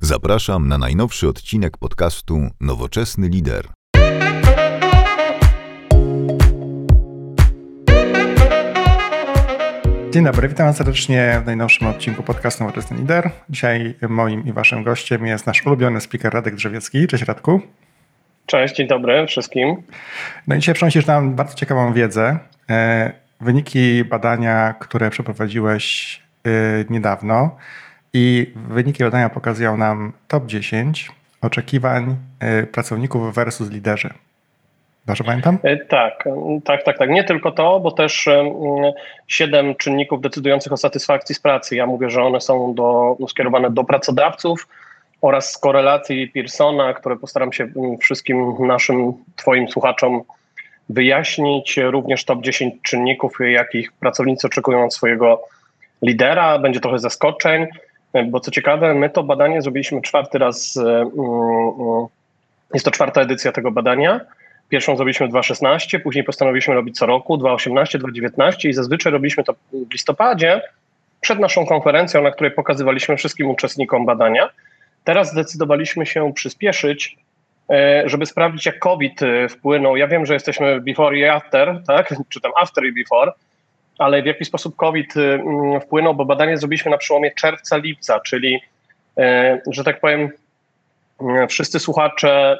Zapraszam na najnowszy odcinek podcastu Nowoczesny Lider. Dzień dobry, witam serdecznie w najnowszym odcinku podcastu Nowoczesny Lider. Dzisiaj moim i waszym gościem jest nasz ulubiony speaker Radek Drzewiecki. Cześć Radku. Cześć, dzień dobry wszystkim. No i dzisiaj przynosisz nam bardzo ciekawą wiedzę. Wyniki badania, które przeprowadziłeś niedawno i wyniki badania pokazują nam top 10 oczekiwań pracowników versus liderzy. Dobrze pamiętam? Tak. Nie tylko to, bo też 7 czynników decydujących o satysfakcji z pracy. Ja mówię, że one są skierowane do pracodawców oraz z korelacji Pearsona, które postaram się wszystkim twoim słuchaczom wyjaśnić. Również top 10 czynników, jakich pracownicy oczekują od swojego lidera. Będzie trochę zaskoczeń, bo co ciekawe, my to badanie zrobiliśmy 4. raz. Jest to 4. edycja tego badania. Pierwszą zrobiliśmy w 2016, później postanowiliśmy robić co roku, 2018, 2019 i zazwyczaj robiliśmy to w listopadzie przed naszą konferencją, na której pokazywaliśmy wszystkim uczestnikom badania. Teraz zdecydowaliśmy się przyspieszyć, żeby sprawdzić, jak COVID wpłynął. Ja wiem, że jesteśmy before i after, tak? Czy tam after i before, ale w jaki sposób COVID wpłynął, bo badanie zrobiliśmy na przełomie czerwca-lipca, czyli, że tak powiem, wszyscy słuchacze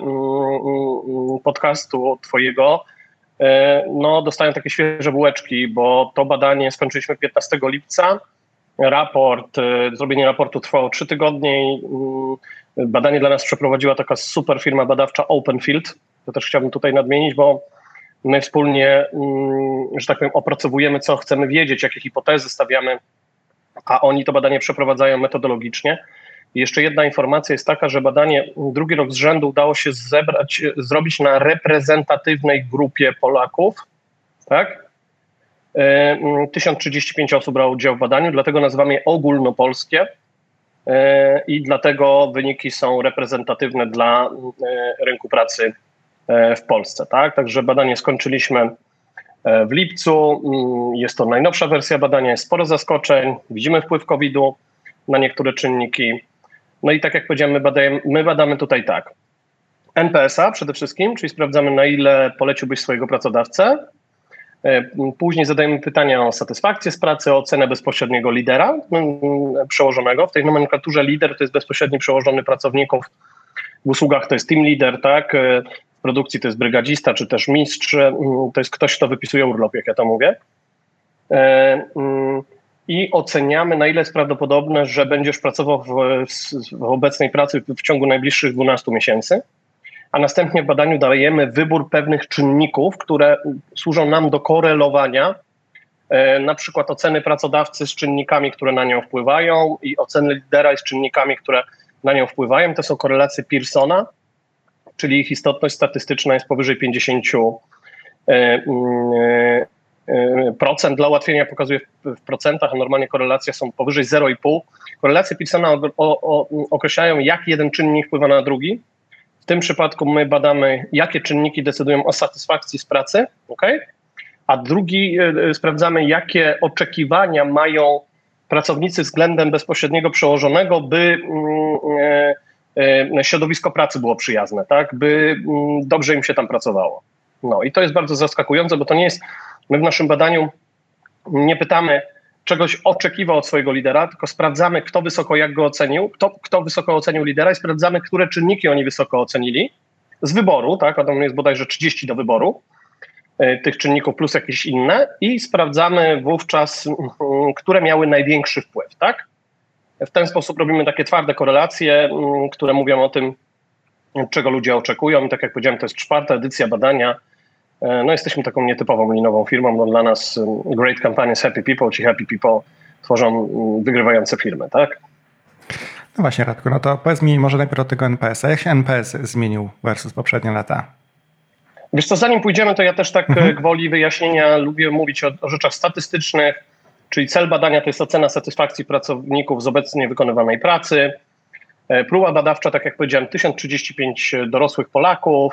podcastu twojego dostają takie świeże bułeczki, bo to badanie skończyliśmy 15 lipca. Zrobienie raportu trwało 3 tygodnie i badanie dla nas przeprowadziła taka super firma badawcza Openfield. To też chciałbym tutaj nadmienić, bo my wspólnie, że tak powiem, opracowujemy, co chcemy wiedzieć, jakie hipotezy stawiamy, a oni to badanie przeprowadzają metodologicznie. I jeszcze jedna informacja jest taka, że badanie 2. rok z rzędu udało się zrobić na reprezentatywnej grupie Polaków, tak? 1035 osób brało udział w badaniu, dlatego nazywamy je ogólnopolskie i dlatego wyniki są reprezentatywne dla rynku pracy w Polsce, tak? Także badanie skończyliśmy w lipcu, jest to najnowsza wersja badania, jest sporo zaskoczeń, widzimy wpływ COVID-u na niektóre czynniki. No i tak jak powiedziałem, my badamy tutaj tak. NPS-a przede wszystkim, czyli sprawdzamy, na ile poleciłbyś swojego pracodawcę. Później zadajemy pytania o satysfakcję z pracy, o ocenę bezpośredniego lidera przełożonego. W tej nomenklaturze lider to jest bezpośredni przełożony pracowników. W usługach to jest team leader, tak? W produkcji to jest brygadzista, czy też mistrz. To jest ktoś, kto wypisuje urlop, jak ja to mówię. I oceniamy, na ile jest prawdopodobne, że będziesz pracował w obecnej pracy w ciągu najbliższych 12 miesięcy. A następnie w badaniu dajemy wybór pewnych czynników, które służą nam do korelowania, na przykład oceny pracodawcy z czynnikami, które na nią wpływają i oceny lidera z czynnikami, które na nią wpływają. To są korelacje Pearsona, czyli ich istotność statystyczna jest powyżej 50%. Dla ułatwienia pokazuję w procentach, a normalnie korelacje są powyżej 0,5. Korelacje Pearsona określają, jak jeden czynnik wpływa na drugi. W tym przypadku my badamy, jakie czynniki decydują o satysfakcji z pracy, okay? A drugi sprawdzamy, jakie oczekiwania mają pracownicy względem bezpośredniego przełożonego, by środowisko pracy było przyjazne, tak? By dobrze im się tam pracowało. No i to jest bardzo zaskakujące, bo to nie jest, my w naszym badaniu nie pytamy, czegoś oczekiwał od swojego lidera, tylko sprawdzamy, kto wysoko, jak go ocenił, kto wysoko ocenił lidera i sprawdzamy, które czynniki oni wysoko ocenili z wyboru, tak, a tam jest bodajże 30 do wyboru tych czynników plus jakieś inne i sprawdzamy wówczas, które miały największy wpływ, tak. W ten sposób robimy takie twarde korelacje, które mówią o tym, czego ludzie oczekują i tak jak powiedziałem, to jest 4. edycja badania. No jesteśmy taką nietypową linową firmą, bo dla nas great companies, happy people, ci happy people tworzą wygrywające firmy, tak? No właśnie Radku, no to powiedz mi może najpierw od tego NPS-a. Jak się NPS zmienił versus poprzednie lata? Wiesz co, zanim pójdziemy, to ja też tak gwoli wyjaśnienia lubię mówić o rzeczach statystycznych, czyli cel badania to jest ocena satysfakcji pracowników z obecnie wykonywanej pracy. Próba badawcza, tak jak powiedziałem, 1035 dorosłych Polaków.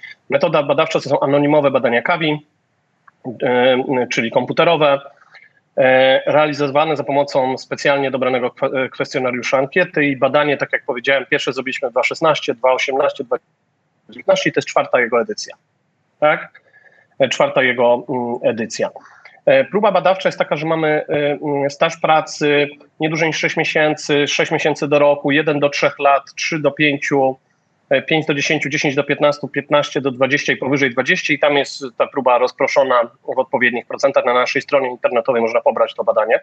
Metoda badawcza to są anonimowe badania CAVI, czyli komputerowe. realizowane za pomocą specjalnie dobranego kwestionariusza ankiety i badanie, tak jak powiedziałem, pierwsze zrobiliśmy w 2016, 2018, 2019 i to jest czwarta jego edycja. Tak? Czwarta jego edycja. Próba badawcza jest taka, że mamy staż pracy nie dłużej niż 6 miesięcy, 6 miesięcy do roku, 1 do 3 lat, 3 do 5, 5 do 10, 10 do 15, 15 do 20 i powyżej 20 i tam jest ta próba rozproszona w odpowiednich procentach. Na naszej stronie internetowej można pobrać to badanie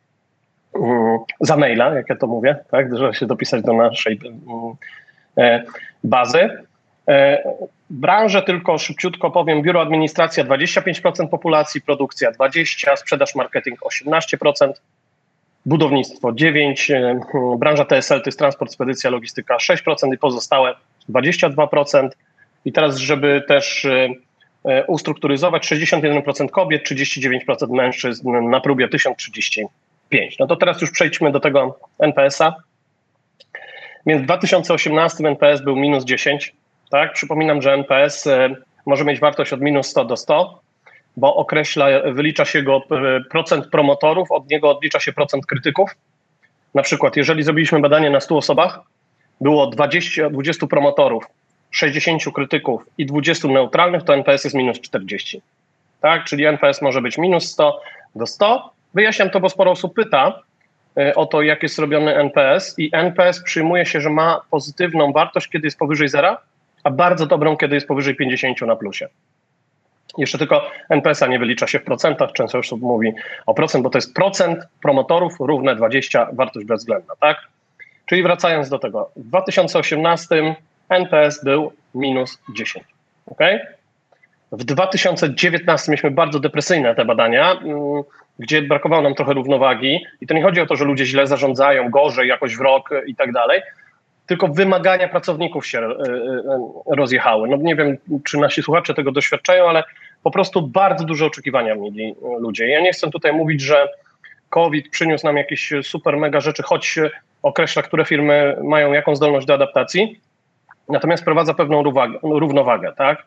za maila, jak ja to mówię, tak, żeby się dopisać do naszej bazy. Branże tylko szybciutko powiem, biuro administracja 25% populacji, produkcja 20%, sprzedaż marketing 18%, budownictwo 9%, branża TSL to jest transport, spedycja, logistyka 6% i pozostałe 22%. I teraz, żeby też ustrukturyzować, 61% kobiet, 39% mężczyzn na próbie 1035. No to teraz już przejdźmy do tego NPS-a. Więc w 2018 NPS był minus 10. Tak? Przypominam, że NPS może mieć wartość od minus 100 do 100, bo wylicza się go procent promotorów, od niego odlicza się procent krytyków. Na przykład, jeżeli zrobiliśmy badanie na 100 osobach, było 20 promotorów, 60 krytyków i 20 neutralnych, to NPS jest minus 40. Tak? Czyli NPS może być minus 100 do 100. Wyjaśniam to, bo sporo osób pyta o to, jak jest robiony NPS i NPS przyjmuje się, że ma pozytywną wartość, kiedy jest powyżej zera, a bardzo dobrą, kiedy jest powyżej 50 na plusie. Jeszcze tylko NPS-a nie wylicza się w procentach, często już mówi o procent, bo to jest procent promotorów równe 20, wartość bezwzględna, tak? Czyli wracając do tego, w 2018 NPS był minus 10, okay? W 2019 mieliśmy bardzo depresyjne te badania, gdzie brakowało nam trochę równowagi i to nie chodzi o to, że ludzie źle zarządzają, gorzej jakoś w rok i tak dalej, tylko wymagania pracowników się rozjechały. No nie wiem, czy nasi słuchacze tego doświadczają, ale po prostu bardzo duże oczekiwania mieli ludzie. Ja nie chcę tutaj mówić, że COVID przyniósł nam jakieś super mega rzeczy, choć określa, które firmy mają jaką zdolność do adaptacji, natomiast wprowadza pewną równowagę, tak?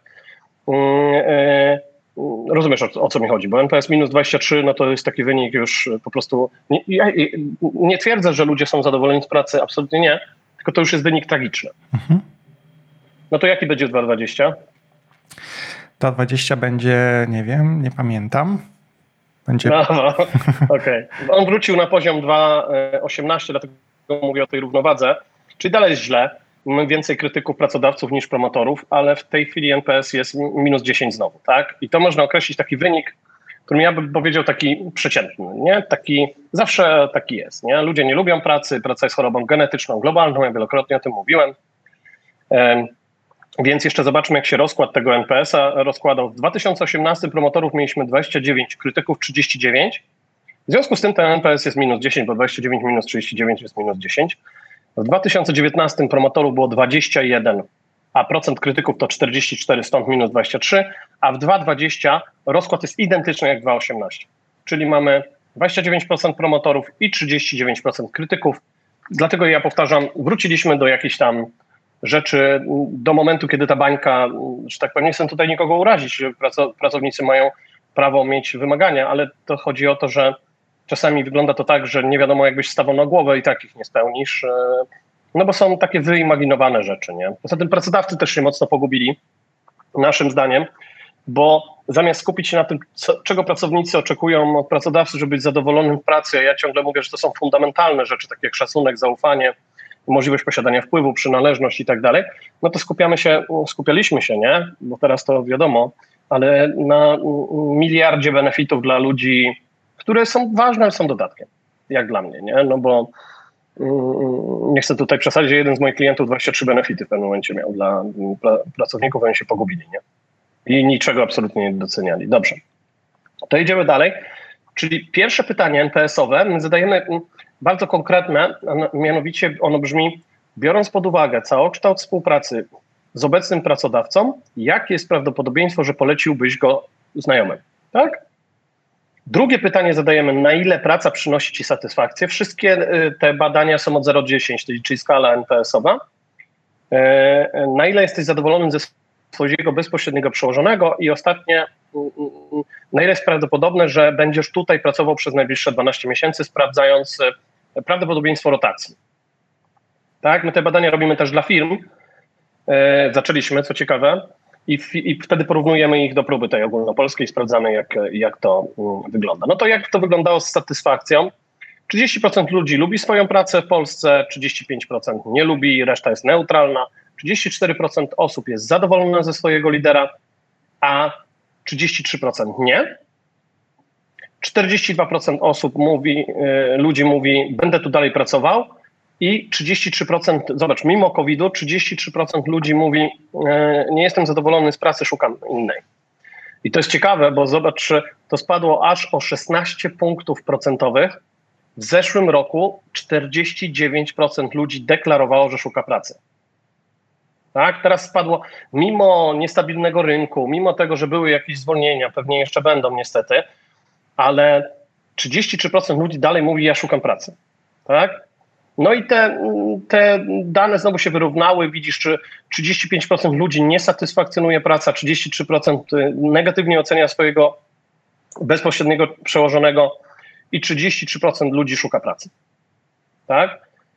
Rozumiesz, o co mi chodzi, bo NPS minus 23, no to jest taki wynik już po prostu... Nie twierdzę, że ludzie są zadowoleni z pracy, absolutnie nie, tylko to już jest wynik tragiczny. Mhm. No to jaki będzie 2,20? 2,20 będzie, nie wiem, nie pamiętam. Będzie... Okej. On wrócił na poziom 2,18, dlatego mówię o tej równowadze, czyli dalej jest źle. Mamy więcej krytyków pracodawców niż promotorów, ale w tej chwili NPS jest minus 10 znowu, tak? I to można określić taki wynik, który ja bym powiedział taki przeciętny, nie? Taki, zawsze taki jest, nie? Ludzie nie lubią pracy, praca jest chorobą genetyczną, globalną, ja wielokrotnie o tym mówiłem. Więc jeszcze zobaczmy, jak się rozkład tego NPS-a rozkładał. W 2018 promotorów mieliśmy 29, krytyków 39. W związku z tym ten NPS jest minus 10, bo 29 minus 39 jest minus 10. W 2019 promotorów było 21, a procent krytyków to 44, stąd minus 23, a w 2,20 rozkład jest identyczny jak w 2,18. Czyli mamy 29% promotorów i 39% krytyków. Dlatego ja powtarzam, wróciliśmy do jakichś tam rzeczy, do momentu, kiedy ta bańka, że tak powiem, nie chcę tutaj nikogo urazić, że pracownicy mają prawo mieć wymagania, ale to chodzi o to, że czasami wygląda to tak, że nie wiadomo, jakbyś stawał na głowę i tak ich nie spełnisz, no bo są takie wyimaginowane rzeczy, nie? Poza tym pracodawcy też się mocno pogubili, naszym zdaniem, bo zamiast skupić się na tym, czego pracownicy oczekują od pracodawcy, żeby być zadowolonym w pracy, a ja ciągle mówię, że to są fundamentalne rzeczy, takie jak szacunek, zaufanie, możliwość posiadania wpływu, przynależność i tak dalej, no to skupialiśmy się, nie? Bo teraz to wiadomo, ale na miliardzie benefitów dla ludzi, które są ważne, ale są dodatkiem, jak dla mnie, nie? No bo nie chcę tutaj przesadzić, że jeden z moich klientów 23 benefity w pewnym momencie miał dla pracowników, oni się pogubili, nie? I niczego absolutnie nie doceniali. Dobrze, to idziemy dalej. Czyli pierwsze pytanie NPS-owe my zadajemy bardzo konkretne, a mianowicie ono brzmi, biorąc pod uwagę całokształt współpracy z obecnym pracodawcą, jakie jest prawdopodobieństwo, że poleciłbyś go znajomym, tak? Drugie pytanie zadajemy, na ile praca przynosi ci satysfakcję? Wszystkie te badania są od 0 do 10, czyli skala NPS-owa. Na ile jesteś zadowolony ze swojego bezpośredniego przełożonego i ostatnie, na ile jest prawdopodobne, że będziesz tutaj pracował przez najbliższe 12 miesięcy, sprawdzając prawdopodobieństwo rotacji. Tak, my te badania robimy też dla firm. Zaczęliśmy, co ciekawe, i wtedy porównujemy ich do próby tej ogólnopolskiej, sprawdzamy, jak to wygląda. No to jak to wyglądało z satysfakcją? 30% ludzi lubi swoją pracę w Polsce, 35% nie lubi, reszta jest neutralna, 34% osób jest zadowolone ze swojego lidera, a 33% nie. 42% ludzi mówi, będę tu dalej pracował, i 33%, zobacz, mimo COVID-u 33% ludzi mówi, nie jestem zadowolony z pracy, szukam innej. I to jest ciekawe, bo zobacz, to spadło aż o 16 punktów procentowych. W zeszłym roku 49% ludzi deklarowało, że szuka pracy. Tak, teraz spadło mimo niestabilnego rynku, mimo tego, że były jakieś zwolnienia, pewnie jeszcze będą niestety, ale 33% ludzi dalej mówi, ja szukam pracy. Tak? No i te dane znowu się wyrównały. Widzisz, czy 35% ludzi nie satysfakcjonuje praca, 33% negatywnie ocenia swojego bezpośredniego przełożonego i 33% ludzi szuka pracy. Tak?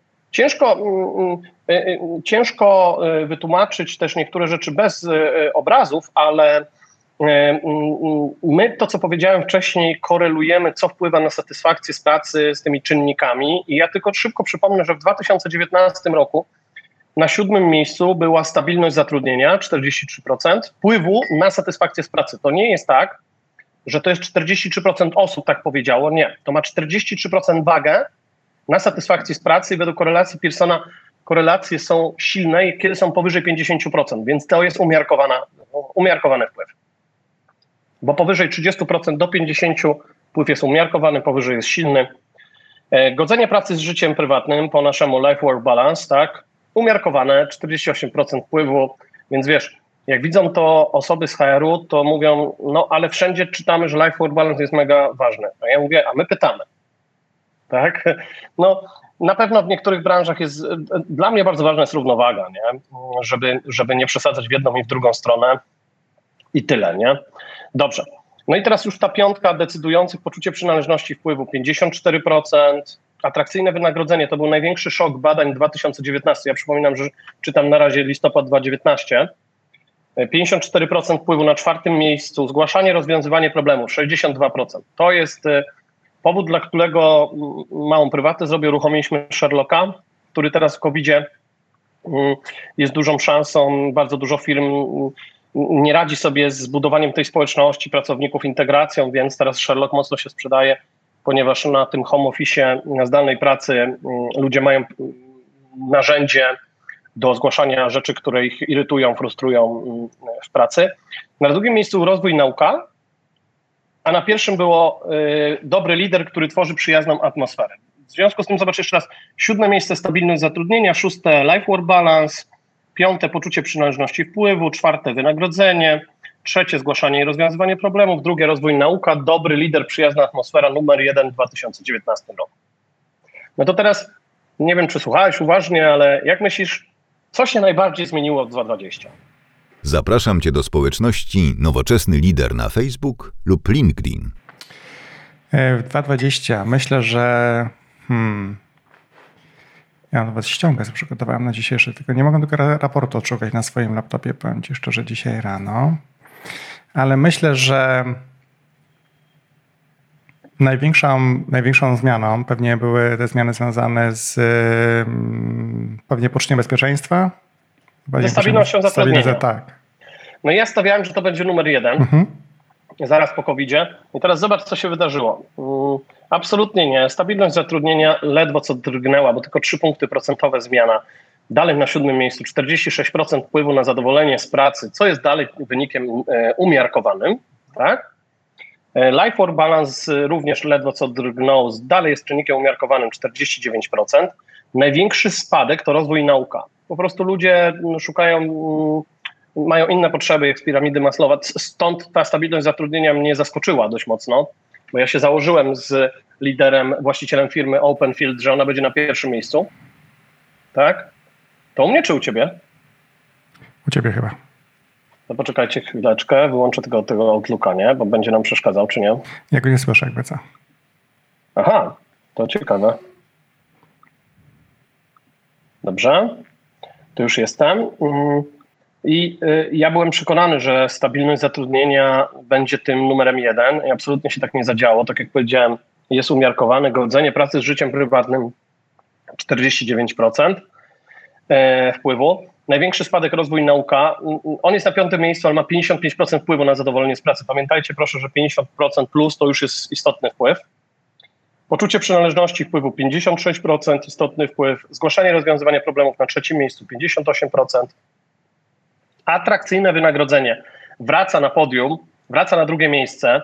Ciężko wytłumaczyć też niektóre rzeczy bez obrazów, ale my to, co powiedziałem wcześniej, korelujemy, co wpływa na satysfakcję z pracy z tymi czynnikami. I ja tylko szybko przypomnę, że w 2019 roku na 7. miejscu była stabilność zatrudnienia, 43%, wpływu na satysfakcję z pracy. To nie jest tak, że to jest 43% osób tak powiedziało. Nie, to ma 43% wagę na satysfakcji z pracy i według korelacji Pearsona korelacje są silne, kiedy są powyżej 50%, więc to jest umiarkowany wpływ. Bo powyżej 30% do 50% wpływ jest umiarkowany, powyżej jest silny. Godzenie pracy z życiem prywatnym, po naszemu life-work balance, tak, umiarkowane, 48% wpływu, więc wiesz, jak widzą to osoby z HR-u, to mówią, no ale wszędzie czytamy, że life-work balance jest mega ważny. A ja mówię, a my pytamy. Tak? No na pewno w niektórych branżach jest, dla mnie bardzo ważna jest równowaga, nie? Żeby nie przesadzać w jedną i w drugą stronę i tyle, nie? Dobrze. No i teraz już ta piątka decydujących poczucie przynależności wpływu 54%, atrakcyjne wynagrodzenie, to był największy szok badań 2019. Ja przypominam, że czytam na razie listopad 2019. 54% wpływu na 4. miejscu, zgłaszanie, rozwiązywanie problemów 62%. To jest powód, dla którego małą prywatę zrobię, uruchomiliśmy Sherlocka, który teraz w COVID-zie jest dużą szansą. Bardzo dużo firm nie radzi sobie z budowaniem tej społeczności pracowników, integracją, więc teraz Sherlock mocno się sprzedaje, ponieważ na tym home office, na zdalnej pracy ludzie mają narzędzie do zgłaszania rzeczy, które ich irytują, frustrują w pracy. Na 2. miejscu rozwój i nauka, a na 1. było dobry lider, który tworzy przyjazną atmosferę. W związku z tym zobacz jeszcze raz, 7. miejsce stabilność zatrudnienia, 6. life-work balance, 5. poczucie przynależności wpływu, 4. wynagrodzenie, 3. zgłaszanie i rozwiązywanie problemów, 2. rozwój i nauka, dobry lider, przyjazna atmosfera, numer 1 w 2019 roku. No to teraz, nie wiem czy słuchałeś uważnie, ale jak myślisz, co się najbardziej zmieniło w 2020? Zapraszam Cię do społeczności Nowoczesny Lider na Facebook lub LinkedIn. W 2020 myślę, że ja nawet ściągę sobie przygotowałem na dzisiejszy, tylko nie mogę tylko raportu odszukać na swoim laptopie, powiem Ci szczerze, dzisiaj rano. Ale myślę, że największą zmianą pewnie były te zmiany związane z pewnie poczuciem bezpieczeństwa. Ze stabilnością zatrudnienia. Tak. No ja stawiałem, że to będzie numer 1, zaraz po COVID-zie. I teraz zobacz, co się wydarzyło. Absolutnie nie. Stabilność zatrudnienia ledwo co drgnęła, bo tylko 3 punkty procentowe zmiana. Dalej na 7. miejscu 46% wpływu na zadowolenie z pracy, co jest dalej wynikiem umiarkowanym. Tak? Life-work balance również ledwo co drgnął, dalej jest czynnikiem umiarkowanym 49%. Największy spadek to rozwój i nauka. Po prostu ludzie szukają, mają inne potrzeby, jak z piramidy Maslowa. Stąd ta stabilność zatrudnienia mnie zaskoczyła dość mocno, bo ja się założyłem z liderem, właścicielem firmy Openfield, że ona będzie na 1. miejscu. Tak? To u mnie czy u ciebie? U ciebie chyba. No poczekajcie chwileczkę, wyłączę tego Outlooka, nie? Bo będzie nam przeszkadzał, czy nie? Ja go nie słyszę, jakby co. Aha, to ciekawe. Dobrze, to już jestem. I ja byłem przekonany, że stabilność zatrudnienia będzie tym numerem 1 i absolutnie się tak nie zadziało. Tak jak powiedziałem, jest umiarkowane. Godzenie pracy z życiem prywatnym 49% wpływu. Największy spadek rozwój nauka. On jest na 5. miejscu, ale ma 55% wpływu na zadowolenie z pracy. Pamiętajcie proszę, że 50% plus to już jest istotny wpływ. Poczucie przynależności wpływu 56%, istotny wpływ. Zgłaszanie rozwiązywania problemów na 3. miejscu 58%. Atrakcyjne wynagrodzenie wraca na podium, wraca na 2. miejsce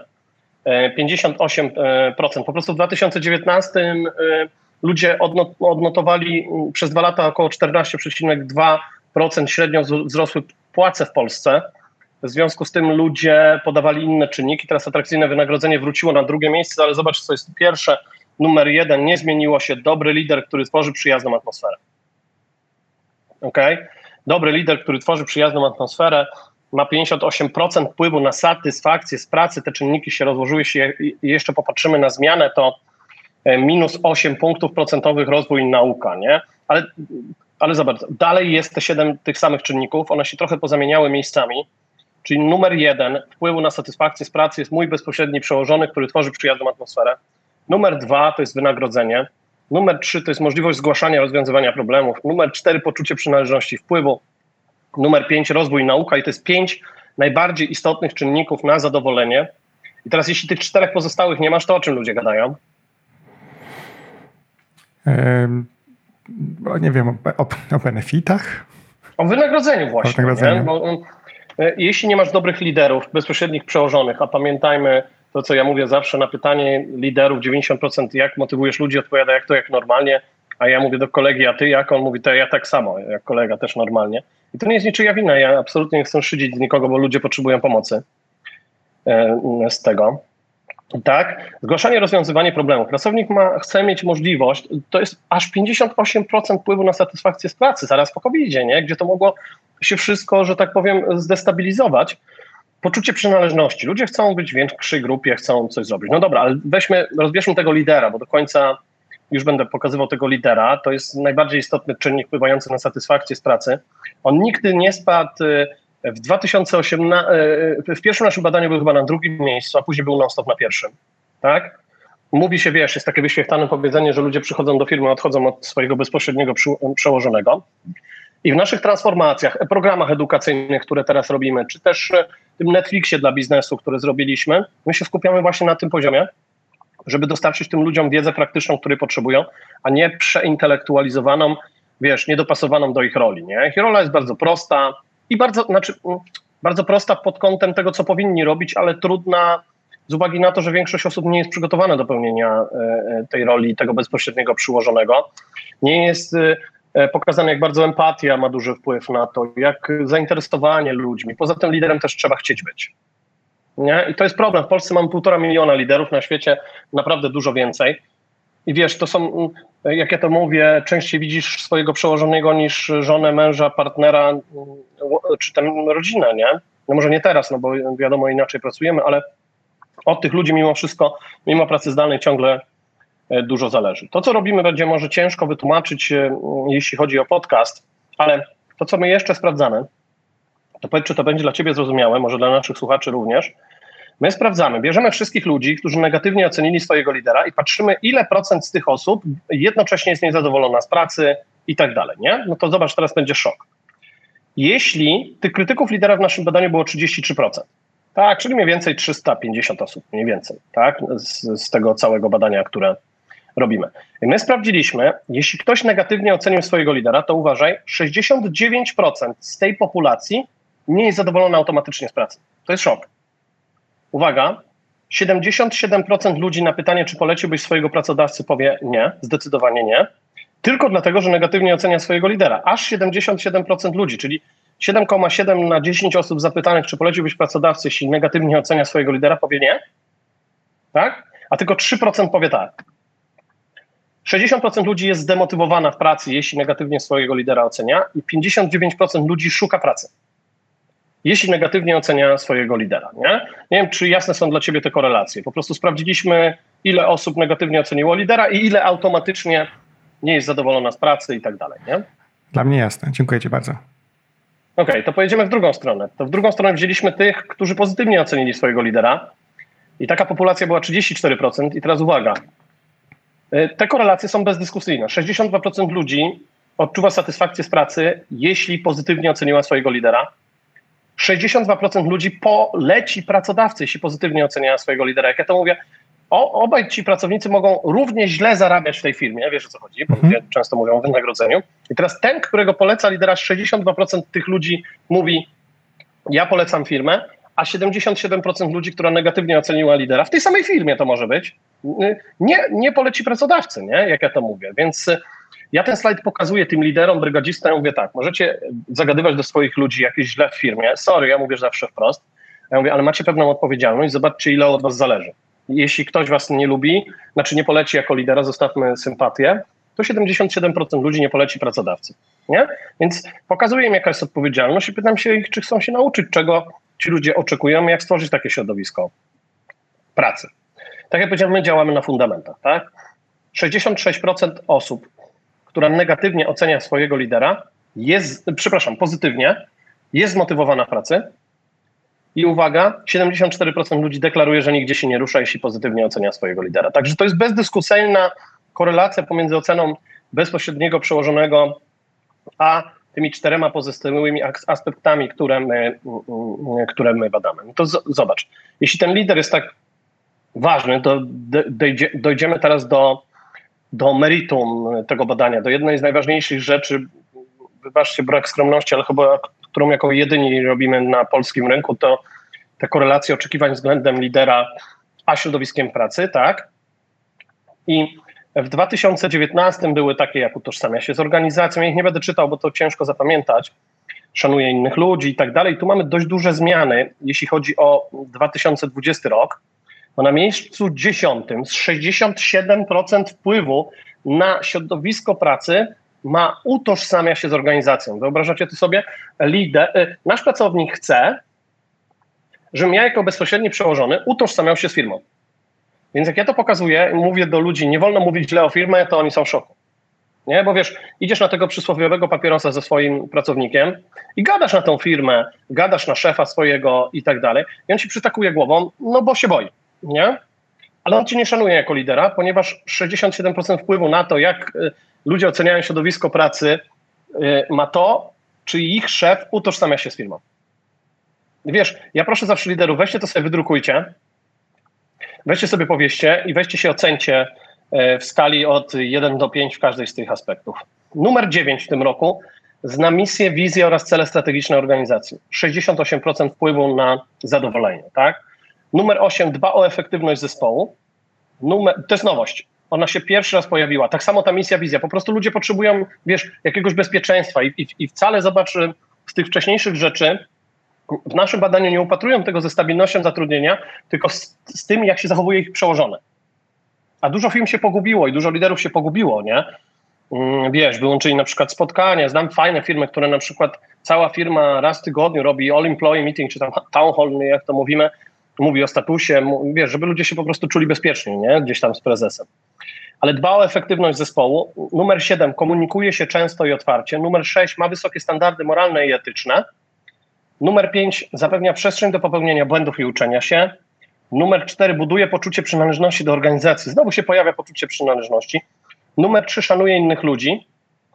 58%. Po prostu w 2019 ludzie odnotowali przez 2 lata około 14,2% średnio wzrosły płace w Polsce. W związku z tym ludzie podawali inne czynniki. Teraz atrakcyjne wynagrodzenie wróciło na 2. miejsce, ale zobacz, co jest pierwsze. Numer 1 nie zmieniło się. Dobry lider, który tworzy przyjazną atmosferę. Okay? Dobry lider, który tworzy przyjazną atmosferę, ma 58% wpływu na satysfakcję z pracy. Te czynniki się rozłożyły. Jeśli jeszcze popatrzymy na zmianę, to minus 8 punktów procentowych rozwój i nauka, nie? Ale zobacz, dalej jest te 7 tych samych czynników. One się trochę pozamieniały miejscami. Czyli numer 1 wpływu na satysfakcję z pracy jest mój bezpośredni przełożony, który tworzy przyjazną atmosferę. Numer 2 to jest wynagrodzenie. Numer 3 to jest możliwość zgłaszania, rozwiązywania problemów. Numer 4 poczucie przynależności wpływu. Numer 5 rozwój nauka i to jest 5 najbardziej istotnych czynników na zadowolenie. I teraz jeśli tych 4 pozostałych nie masz, to o czym ludzie gadają? Nie wiem, o benefitach? O wynagrodzeniu właśnie. O wynagrodzeniu. Bo, jeśli nie masz dobrych liderów, bezpośrednich przełożonych, a pamiętajmy to, co ja mówię zawsze na pytanie liderów, 90% jak motywujesz ludzi, odpowiada jak normalnie, a ja mówię do kolegi, a ty jak? On mówi, to ja tak samo, jak kolega też normalnie. I to nie jest niczyja wina, ja absolutnie nie chcę szydzić z nikogo, bo ludzie potrzebują pomocy z tego. Tak, zgłaszanie, rozwiązywanie problemów. Pracownik chce mieć możliwość, to jest aż 58% wpływu na satysfakcję z pracy, zaraz po COVID-zie, nie? Gdzie to mogło się wszystko, że tak powiem, zdestabilizować. Poczucie przynależności. Ludzie chcą być w większej grupie, chcą coś zrobić. No dobra, ale rozbierzmy tego lidera, bo do końca już będę pokazywał tego lidera. To jest najbardziej istotny czynnik wpływający na satysfakcję z pracy. On nigdy nie spadł. W 2018, w pierwszym naszym badaniu był chyba na 2. miejscu, a później był non-stop na 1. Tak? Mówi się, wiesz, jest takie wyświechtane powiedzenie, że ludzie przychodzą do firmy, odchodzą od swojego bezpośredniego przełożonego. I w naszych transformacjach, programach edukacyjnych, które teraz robimy, czy też tym Netflixie dla biznesu, który zrobiliśmy, my się skupiamy właśnie na tym poziomie, żeby dostarczyć tym ludziom wiedzę praktyczną, której potrzebują, a nie przeintelektualizowaną, wiesz, niedopasowaną do ich roli. Nie? Ich rola jest bardzo prosta i bardzo prosta pod kątem tego, co powinni robić, ale trudna z uwagi na to, że większość osób nie jest przygotowana do pełnienia tej roli, tego bezpośredniego przyłożonego. Nie jest pokazane, jak bardzo empatia ma duży wpływ na to, jak zainteresowanie ludźmi. Poza tym liderem też trzeba chcieć być. Nie? I to jest problem. W Polsce mamy 1,5 miliona liderów, na świecie naprawdę dużo więcej. I wiesz, to są, jak ja to mówię, częściej widzisz swojego przełożonego niż żonę, męża, partnera, czy tę rodzinę, nie? No może nie teraz, no bo wiadomo, inaczej pracujemy, ale od tych ludzi mimo wszystko, mimo pracy zdalnej ciągle dużo zależy. To, co robimy, będzie może ciężko wytłumaczyć, jeśli chodzi o podcast, ale to, co my jeszcze sprawdzamy, to powiedz, czy to będzie dla ciebie zrozumiałe, może dla naszych słuchaczy również. My sprawdzamy, bierzemy wszystkich ludzi, którzy negatywnie ocenili swojego lidera i patrzymy, ile procent z tych osób jednocześnie jest niezadowolona z pracy i tak dalej, nie? No to zobacz, teraz będzie szok. Jeśli tych krytyków lidera w naszym badaniu było 33%, tak, czyli mniej więcej 350 osób, mniej więcej, tak, z tego całego badania, które robimy. I my sprawdziliśmy, jeśli ktoś negatywnie ocenił swojego lidera, to uważaj, 69% z tej populacji nie jest zadowolona automatycznie z pracy. To jest szok. Uwaga, 77% ludzi na pytanie, czy poleciłbyś swojego pracodawcy, powie nie, zdecydowanie nie, tylko dlatego, że negatywnie ocenia swojego lidera. Aż 77% ludzi, czyli 7,7 na 10 osób zapytanych, czy poleciłbyś pracodawcy, jeśli negatywnie ocenia swojego lidera, powie nie, tak? A tylko 3% powie tak. 60% ludzi jest zdemotywowana w pracy, jeśli negatywnie swojego lidera ocenia i 59% ludzi szuka pracy. jeśli negatywnie ocenia swojego lidera. Nie wiem, czy jasne są dla ciebie te korelacje. Po prostu sprawdziliśmy, ile osób negatywnie oceniło lidera i ile automatycznie nie jest zadowolona z pracy i tak dalej. Nie? Dla mnie jasne. Dziękuję ci bardzo. Okej, to pojedziemy w drugą stronę. To w drugą stronę wzięliśmy tych, którzy pozytywnie ocenili swojego lidera i taka populacja była 34%. I teraz uwaga, te korelacje są bezdyskusyjne. 62% ludzi odczuwa satysfakcję z pracy, jeśli pozytywnie oceniła swojego lidera. 62% ludzi poleci pracodawcy, jeśli pozytywnie ocenia swojego lidera. Jak ja to mówię, obaj ci pracownicy mogą równie źle zarabiać w tej firmie, wiesz o co chodzi, bo ludzie często mówią o wynagrodzeniu. I teraz ten, którego poleca lidera, 62% tych ludzi mówi, ja polecam firmę, a 77% ludzi, która negatywnie oceniła lidera, w tej samej firmie to może być, nie poleci pracodawcy, nie? Jak ja to mówię. Więc ja ten slajd pokazuję tym liderom, brygadzistom, ja mówię tak, możecie zagadywać do swoich ludzi jakieś źle w firmie, sorry, ja mówię zawsze wprost, ja mówię, ale macie pewną odpowiedzialność, zobaczcie, ile od was zależy. Jeśli ktoś was nie lubi, znaczy nie poleci jako lidera, zostawmy sympatię, to 77% ludzi nie poleci pracodawcy. Nie? Więc pokazuję im, jaka jest odpowiedzialność i pytam się ich, czy chcą się nauczyć, czego ci ludzie oczekują, jak stworzyć takie środowisko pracy. Tak jak powiedziałem, my działamy na fundamentach. Tak? 66% osób, która negatywnie ocenia swojego lidera, pozytywnie, jest zmotywowana w pracy. I uwaga, 74% ludzi deklaruje, że nigdzie się nie rusza, jeśli pozytywnie ocenia swojego lidera. Także to jest bezdyskusyjna korelacja pomiędzy oceną bezpośredniego przełożonego a tymi 4 pozostałymi aspektami, które my badamy. No to zobacz, jeśli ten lider jest tak ważny, to dojdziemy teraz do meritum tego badania, do jednej z najważniejszych rzeczy, wybaczcie brak skromności, ale chyba którą jako jedyni robimy na polskim rynku, to te korelacje oczekiwań względem lidera a środowiskiem pracy, tak? I w 2019 były takie, jak utożsamia się z organizacją. Ja ich nie będę czytał, bo to ciężko zapamiętać. Szanuję innych ludzi i tak dalej. Tu mamy dość duże zmiany, jeśli chodzi o 2020 rok. Bo na miejscu 10 z 67% wpływu na środowisko pracy utożsamia się z organizacją. Wyobrażacie to sobie? Nasz pracownik chce, żebym ja jako bezpośredni przełożony utożsamiał się z firmą. Więc jak ja to pokazuję i mówię do ludzi, nie wolno mówić źle o firmie, to oni są w szoku. Nie? Bo wiesz, idziesz na tego przysłowiowego papierosa ze swoim pracownikiem i gadasz na tą firmę, gadasz na szefa swojego i tak dalej i on ci przytakuje głową, no bo się boi. Nie? Ale on cię nie szanuje jako lidera, ponieważ 67% wpływu na to, jak ludzie oceniają środowisko pracy, ma to, czy ich szef utożsamia się z firmą. Wiesz, ja proszę zawsze liderów, weźcie to sobie wydrukujcie, weźcie sobie powieście i weźcie się ocencie w skali od 1 do 5 w każdej z tych aspektów. Numer 9 w tym roku zna misję, wizję oraz cele strategiczne organizacji. 68% wpływu na zadowolenie. Tak? Numer 8 dba o efektywność zespołu. To jest nowość. Ona się pierwszy raz pojawiła. Tak samo ta misja, wizja. Po prostu ludzie potrzebują, wiesz, jakiegoś bezpieczeństwa i wcale, zobacz, z tych wcześniejszych rzeczy w naszym badaniu nie upatrują tego ze stabilnością zatrudnienia, tylko z tym, jak się zachowuje ich przełożone. A dużo firm się pogubiło i dużo liderów się pogubiło, nie? Wiesz, wyłączyli na przykład spotkania. Znam fajne firmy, które na przykład cała firma raz w tygodniu robi all employee meeting, czy tam town hall, jak to mówimy, mówi o statusie, wiesz, żeby ludzie się po prostu czuli bezpiecznie, nie? Gdzieś tam z prezesem. Ale dba o efektywność zespołu. Numer 7 komunikuje się często i otwarcie. Numer 6 ma wysokie standardy moralne i etyczne. Numer 5 zapewnia przestrzeń do popełnienia błędów i uczenia się. Numer 4 buduje poczucie przynależności do organizacji. Znowu się pojawia poczucie przynależności. Numer 3 szanuje innych ludzi.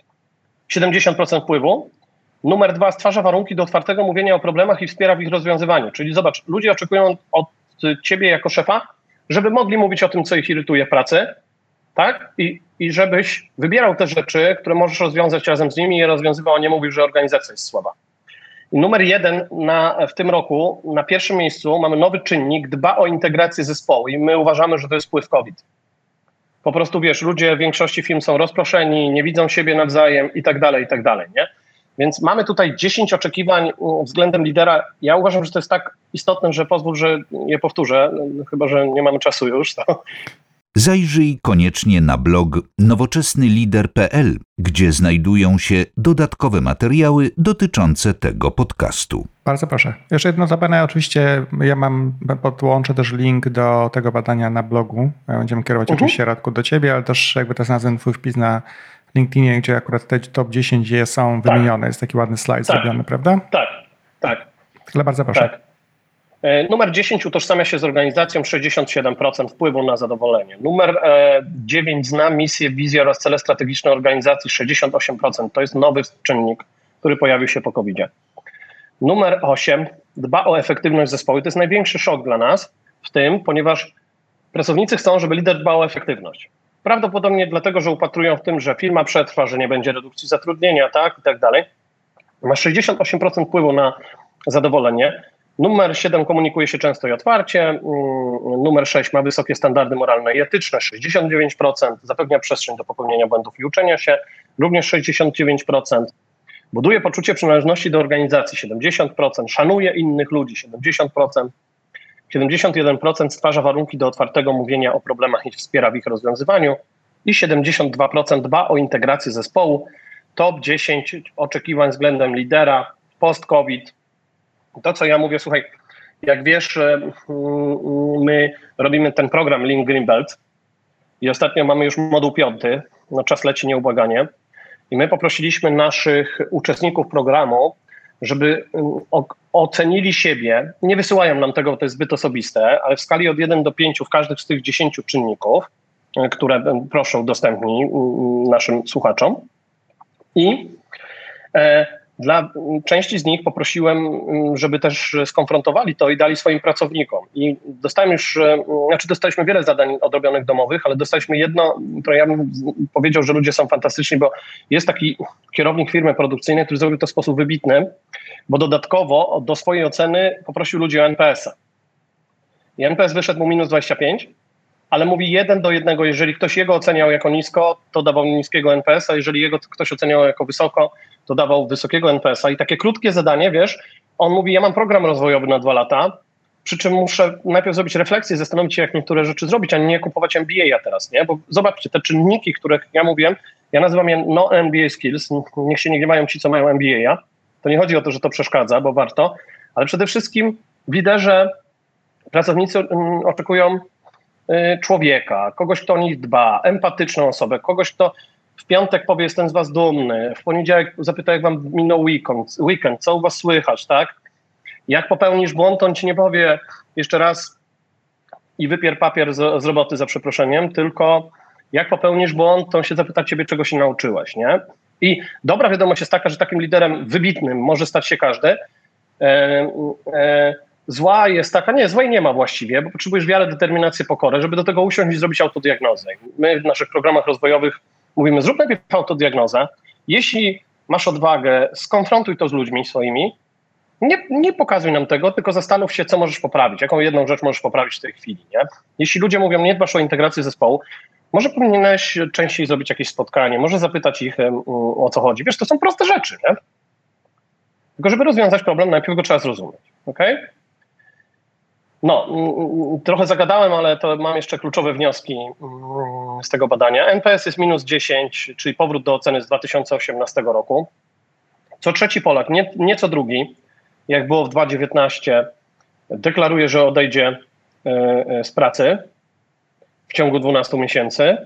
70% wpływu. Numer 2 stwarza warunki do otwartego mówienia o problemach i wspiera w ich rozwiązywaniu. Czyli zobacz, ludzie oczekują od ciebie jako szefa, żeby mogli mówić o tym, co ich irytuje w pracy, tak? I żebyś wybierał te rzeczy, które możesz rozwiązać razem z nimi i je rozwiązywał, a nie mówił, że organizacja jest słaba. I numer 1 w tym roku, na pierwszym miejscu mamy nowy czynnik, dba o integrację zespołu i my uważamy, że to jest wpływ COVID. Po prostu wiesz, ludzie w większości firm są rozproszeni, nie widzą siebie nawzajem i tak dalej, nie? Więc mamy tutaj 10 oczekiwań względem lidera. Ja uważam, że to jest tak istotne, że pozwól, że je powtórzę, chyba że nie mamy czasu już. To. Zajrzyj koniecznie na blog nowoczesnylider.pl, gdzie znajdują się dodatkowe materiały dotyczące tego podcastu. Bardzo proszę. Jeszcze jedno zapewne, oczywiście podłączę też link do tego badania na blogu. Będziemy kierować oczywiście, Radku, do ciebie, ale też jakby to znalazłem twój wpis na LinkedInie, gdzie akurat te top 10 są wymienione. Jest taki ładny slajd zrobiony, prawda? Tak. Ale bardzo proszę. Tak. Numer 10 utożsamia się z organizacją, 67% wpływu na zadowolenie. Numer 9 zna misję, wizję oraz cele strategiczne organizacji, 68%. To jest nowy czynnik, który pojawił się po COVID-zie. Numer 8 dba o efektywność zespołu. To jest największy szok dla nas w tym, ponieważ pracownicy chcą, żeby lider dbał o efektywność. Prawdopodobnie dlatego, że upatrują w tym, że firma przetrwa, że nie będzie redukcji zatrudnienia, tak i tak dalej. Ma 68% wpływu na zadowolenie. Numer 7 komunikuje się często i otwarcie. Numer 6 ma wysokie standardy moralne i etyczne, 69%. Zapewnia przestrzeń do popełnienia błędów i uczenia się, również 69%. Buduje poczucie przynależności do organizacji, 70%. Szanuje innych ludzi, 70%. 71% stwarza warunki do otwartego mówienia o problemach i wspiera w ich rozwiązywaniu. I 72% dba o integrację zespołu. Top 10 oczekiwań względem lidera, post-COVID. To, co ja mówię, słuchaj, jak wiesz, my robimy ten program Lean Green Belt i ostatnio mamy już moduł 5, no czas leci nieubłaganie i my poprosiliśmy naszych uczestników programu, żeby ocenili siebie, nie wysyłają nam tego, bo to jest zbyt osobiste, ale w skali od 1 do 5 w każdych z tych 10 czynników, które proszę udostępnij naszym słuchaczom i dla części z nich poprosiłem, żeby też skonfrontowali to i dali swoim pracownikom. I dostaliśmy wiele zadań odrobionych domowych, ale dostaliśmy jedno, które ja bym powiedział, że ludzie są fantastyczni, bo jest taki kierownik firmy produkcyjnej, który zrobił to w sposób wybitny, bo dodatkowo do swojej oceny poprosił ludzi o NPS-a. I NPS wyszedł mu -25, ale mówi 1 do 1, jeżeli ktoś jego oceniał jako nisko, to dawał niskiego NPS-a, jeżeli jego ktoś oceniał jako wysoko, to dawał wysokiego NPS-a. I takie krótkie zadanie, wiesz, on mówi, ja mam program rozwojowy na 2 lata, przy czym muszę najpierw zrobić refleksję, zastanowić się, jak niektóre rzeczy zrobić, a nie kupować MBA teraz, nie? Bo zobaczcie, te czynniki, których ja mówiłem, ja nazywam je no MBA skills, niech się nie gniewają ci, co mają MBA. To nie chodzi o to, że to przeszkadza, bo warto, ale przede wszystkim w liderze pracownicy oczekują człowieka, kogoś, kto o nich dba, empatyczną osobę, kogoś, kto w piątek powie, jestem z was dumny, w poniedziałek zapyta, jak wam minął weekend, co u was słychać, tak? Jak popełnisz błąd, to on ci nie powie jeszcze raz i wypier papier z roboty, za przeproszeniem, tylko jak popełnisz błąd, to on się zapyta ciebie, czego się nauczyłeś, nie? I dobra wiadomość jest taka, że takim liderem wybitnym może stać się każdy. Zła jest taka, nie, złej nie ma właściwie, bo potrzebujesz wiarę, determinację, pokorę, żeby do tego usiąść i zrobić autodiagnozę. My w naszych programach rozwojowych mówimy, zrób najpierw autodiagnozę. Jeśli masz odwagę, skonfrontuj to z ludźmi swoimi. Nie pokazuj nam tego, tylko zastanów się, co możesz poprawić, jaką jedną rzecz możesz poprawić w tej chwili. Nie? Jeśli ludzie mówią, nie dbasz o integrację zespołu, może powinieneś częściej zrobić jakieś spotkanie, może zapytać ich, o co chodzi. Wiesz, to są proste rzeczy, nie? Tylko żeby rozwiązać problem, najpierw go trzeba zrozumieć. Okay? No, trochę zagadałem, ale to mam jeszcze kluczowe wnioski z tego badania. NPS jest -10, czyli powrót do oceny z 2018 roku. Co trzeci Polak, nie co drugi, jak było w 2019, deklaruje, że odejdzie z pracy w ciągu 12 miesięcy.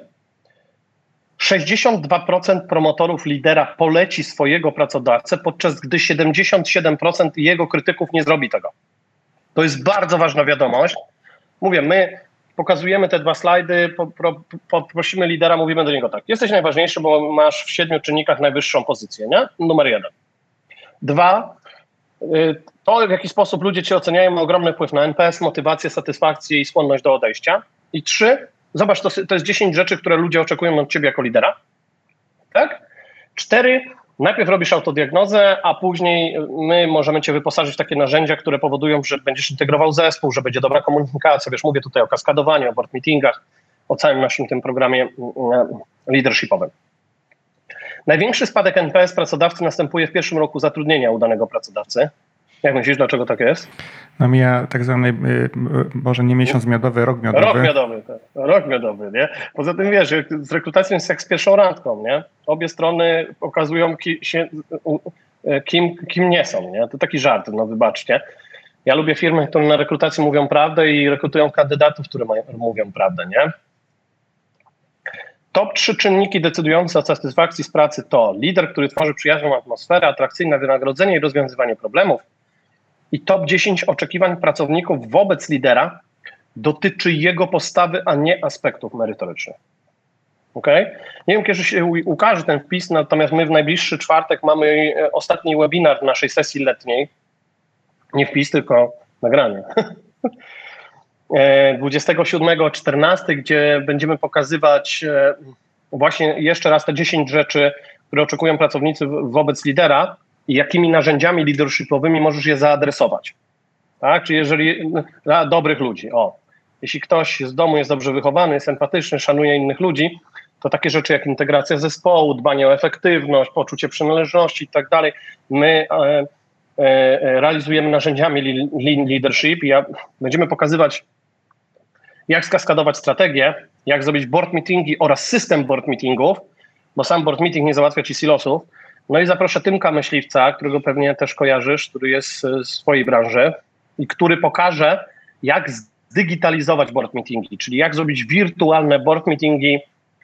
62% promotorów lidera poleci swojego pracodawcę, podczas gdy 77% jego krytyków nie zrobi tego. To jest bardzo ważna wiadomość. Mówię, my pokazujemy te 2 slajdy, prosimy lidera, mówimy do niego tak. Jesteś najważniejszy, bo masz w 7 czynnikach najwyższą pozycję, nie? Numer 1. 2. To, w jaki sposób ludzie cię oceniają, ma ogromny wpływ na NPS, motywację, satysfakcję i skłonność do odejścia. I 3. Zobacz, to jest 10 rzeczy, które ludzie oczekują od ciebie jako lidera. Tak? 4. Najpierw robisz autodiagnozę, a później my możemy cię wyposażyć w takie narzędzia, które powodują, że będziesz integrował zespół, że będzie dobra komunikacja. Wiesz, mówię tutaj o kaskadowaniu, o board meetingach, o całym naszym tym programie leadershipowym. Największy spadek NPS pracodawcy następuje w pierwszym roku zatrudnienia u danego pracodawcy. Jak myślisz, dlaczego tak jest? No mija tak zwany, może nie miesiąc miodowy, rok miodowy. Rok miodowy, nie? Poza tym wiesz, z rekrutacją jest jak z pierwszą randką, nie? Obie strony pokazują kim nie są, nie? To taki żart, no wybaczcie. Ja lubię firmy, które na rekrutacji mówią prawdę i rekrutują kandydatów, które mówią prawdę, nie? Top 3 czynniki decydujące o satysfakcji z pracy to lider, który tworzy przyjazną atmosferę, atrakcyjne wynagrodzenie i rozwiązywanie problemów. I top 10 oczekiwań pracowników wobec lidera dotyczy jego postawy, a nie aspektów merytorycznych. Okay? Nie wiem, kiedy się ukaże ten wpis, natomiast my w najbliższy czwartek mamy ostatni webinar naszej sesji letniej. Nie wpis, tylko nagranie. 27.14, gdzie będziemy pokazywać właśnie jeszcze raz te 10 rzeczy, które oczekują pracownicy wobec lidera i jakimi narzędziami leadershipowymi możesz je zaadresować. Tak? Czyli jeżeli dla dobrych ludzi, jeśli ktoś z domu jest dobrze wychowany, jest empatyczny, szanuje innych ludzi, to takie rzeczy jak integracja zespołu, dbanie o efektywność, poczucie przynależności i tak dalej, my realizujemy narzędziami leadership i będziemy pokazywać, jak skaskadować strategię, jak zrobić board meetingi oraz system board meetingów, bo sam board meeting nie załatwia ci silosów. No i zaproszę Tymka Myśliwca, którego pewnie też kojarzysz, który jest z swojej branży i który pokaże, jak zdigitalizować board meetingi, czyli jak zrobić wirtualne board meetingi.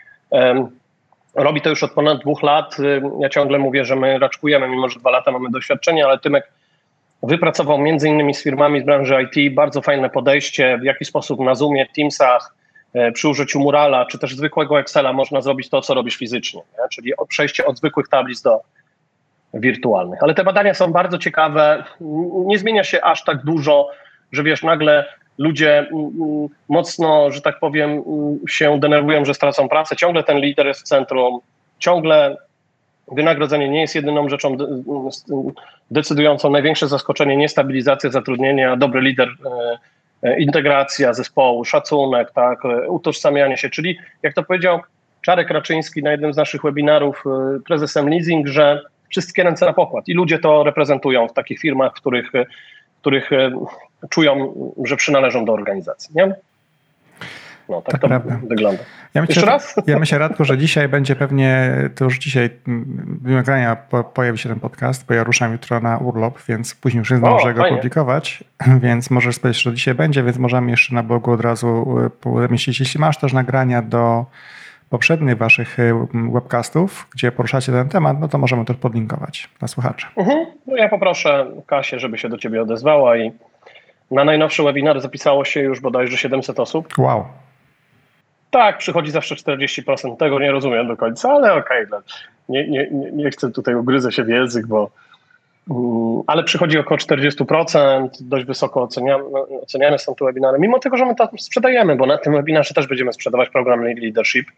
Robi to już od ponad 2 lat. Ja ciągle mówię, że my raczkujemy, mimo że 2 lata mamy doświadczenia, ale Tymek wypracował między innymi z firmami z branży IT bardzo fajne podejście, w jaki sposób na Zoomie, Teamsach, przy użyciu Murala, czy też zwykłego Excela można zrobić to, co robisz fizycznie, nie? Czyli przejście od zwykłych tablic do wirtualnych. Ale te badania są bardzo ciekawe. Nie zmienia się aż tak dużo, że wiesz, nagle ludzie mocno, że tak powiem, się denerwują, że stracą pracę. Ciągle ten lider jest w centrum, ciągle wynagrodzenie nie jest jedyną rzeczą decydującą. Największe zaskoczenie, niestabilizacja zatrudnienia, dobry lider, integracja zespołu, szacunek, tak, utożsamianie się. Czyli jak to powiedział Czarek Raczyński na jednym z naszych webinarów, prezesem Leasing, że wszystkie ręce na pokład i ludzie to reprezentują w takich firmach, w których czują, że przynależą do organizacji, nie? No, tak to prawda. wygląda. Ja myślę, Radku, że dzisiaj będzie pewnie, to już dzisiaj w nagrania pojawi się ten podcast, bo ja ruszam jutro na urlop, więc później już nie zdążę go publikować, więc możesz powiedzieć, że dzisiaj będzie, więc możemy jeszcze na blogu od razu zamieścić. Jeśli masz też nagrania do poprzednich waszych webcastów, gdzie poruszacie ten temat, no to możemy też podlinkować dla słuchaczy. No ja poproszę Kasię, żeby się do ciebie odezwała i na najnowszy webinar zapisało się już bodajże 700 osób. Wow. Tak, przychodzi zawsze 40%, tego nie rozumiem do końca, ale okej. Nie chcę tutaj ugryzę się w język, ale przychodzi około 40%, dość wysoko oceniane są te webinary, mimo tego, że my to sprzedajemy, bo na tym webinarze też będziemy sprzedawać program Leadership,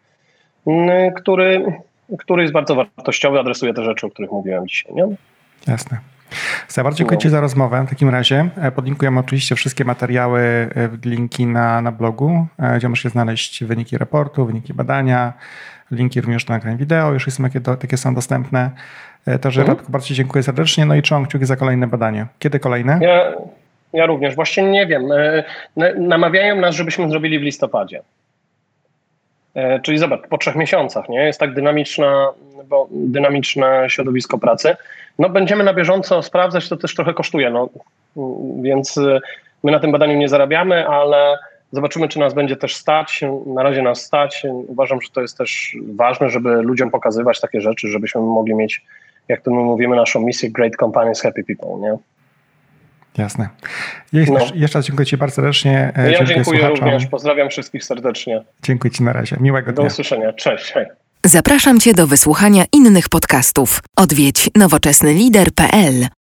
który jest bardzo wartościowy, adresuje te rzeczy, o których mówiłem dzisiaj. Nie? Jasne. Bardzo dziękuję Ci za rozmowę. W takim razie podlinkujemy oczywiście wszystkie materiały, linki na blogu, gdzie możecie znaleźć wyniki raportu, wyniki badania, linki również do nagrań wideo, już są takie są dostępne. Także Radku, bardzo Ci dziękuję serdecznie, no i trzymam kciuki za kolejne badanie. Kiedy kolejne? Ja również, właśnie nie wiem. Namawiają nas, żebyśmy zrobili w listopadzie. Czyli zobacz, po 3 miesiącach, nie? Jest tak dynamiczne środowisko pracy. No będziemy na bieżąco sprawdzać, to też trochę kosztuje, no. Więc my na tym badaniu nie zarabiamy, ale zobaczymy, czy nas będzie też stać. Na razie nas stać. Uważam, że to jest też ważne, żeby ludziom pokazywać takie rzeczy, żebyśmy mogli mieć, jak to my mówimy, naszą misję Great Companies, Happy People, nie? Jasne. Jeszcze raz dziękuję Ci bardzo serdecznie. Ja dziękuję również. Pozdrawiam wszystkich serdecznie. Dziękuję Ci na razie. Miłego dnia. Do usłyszenia. Cześć. Hej. Zapraszam Cię do wysłuchania innych podcastów. Odwiedź nowoczesnylider.pl.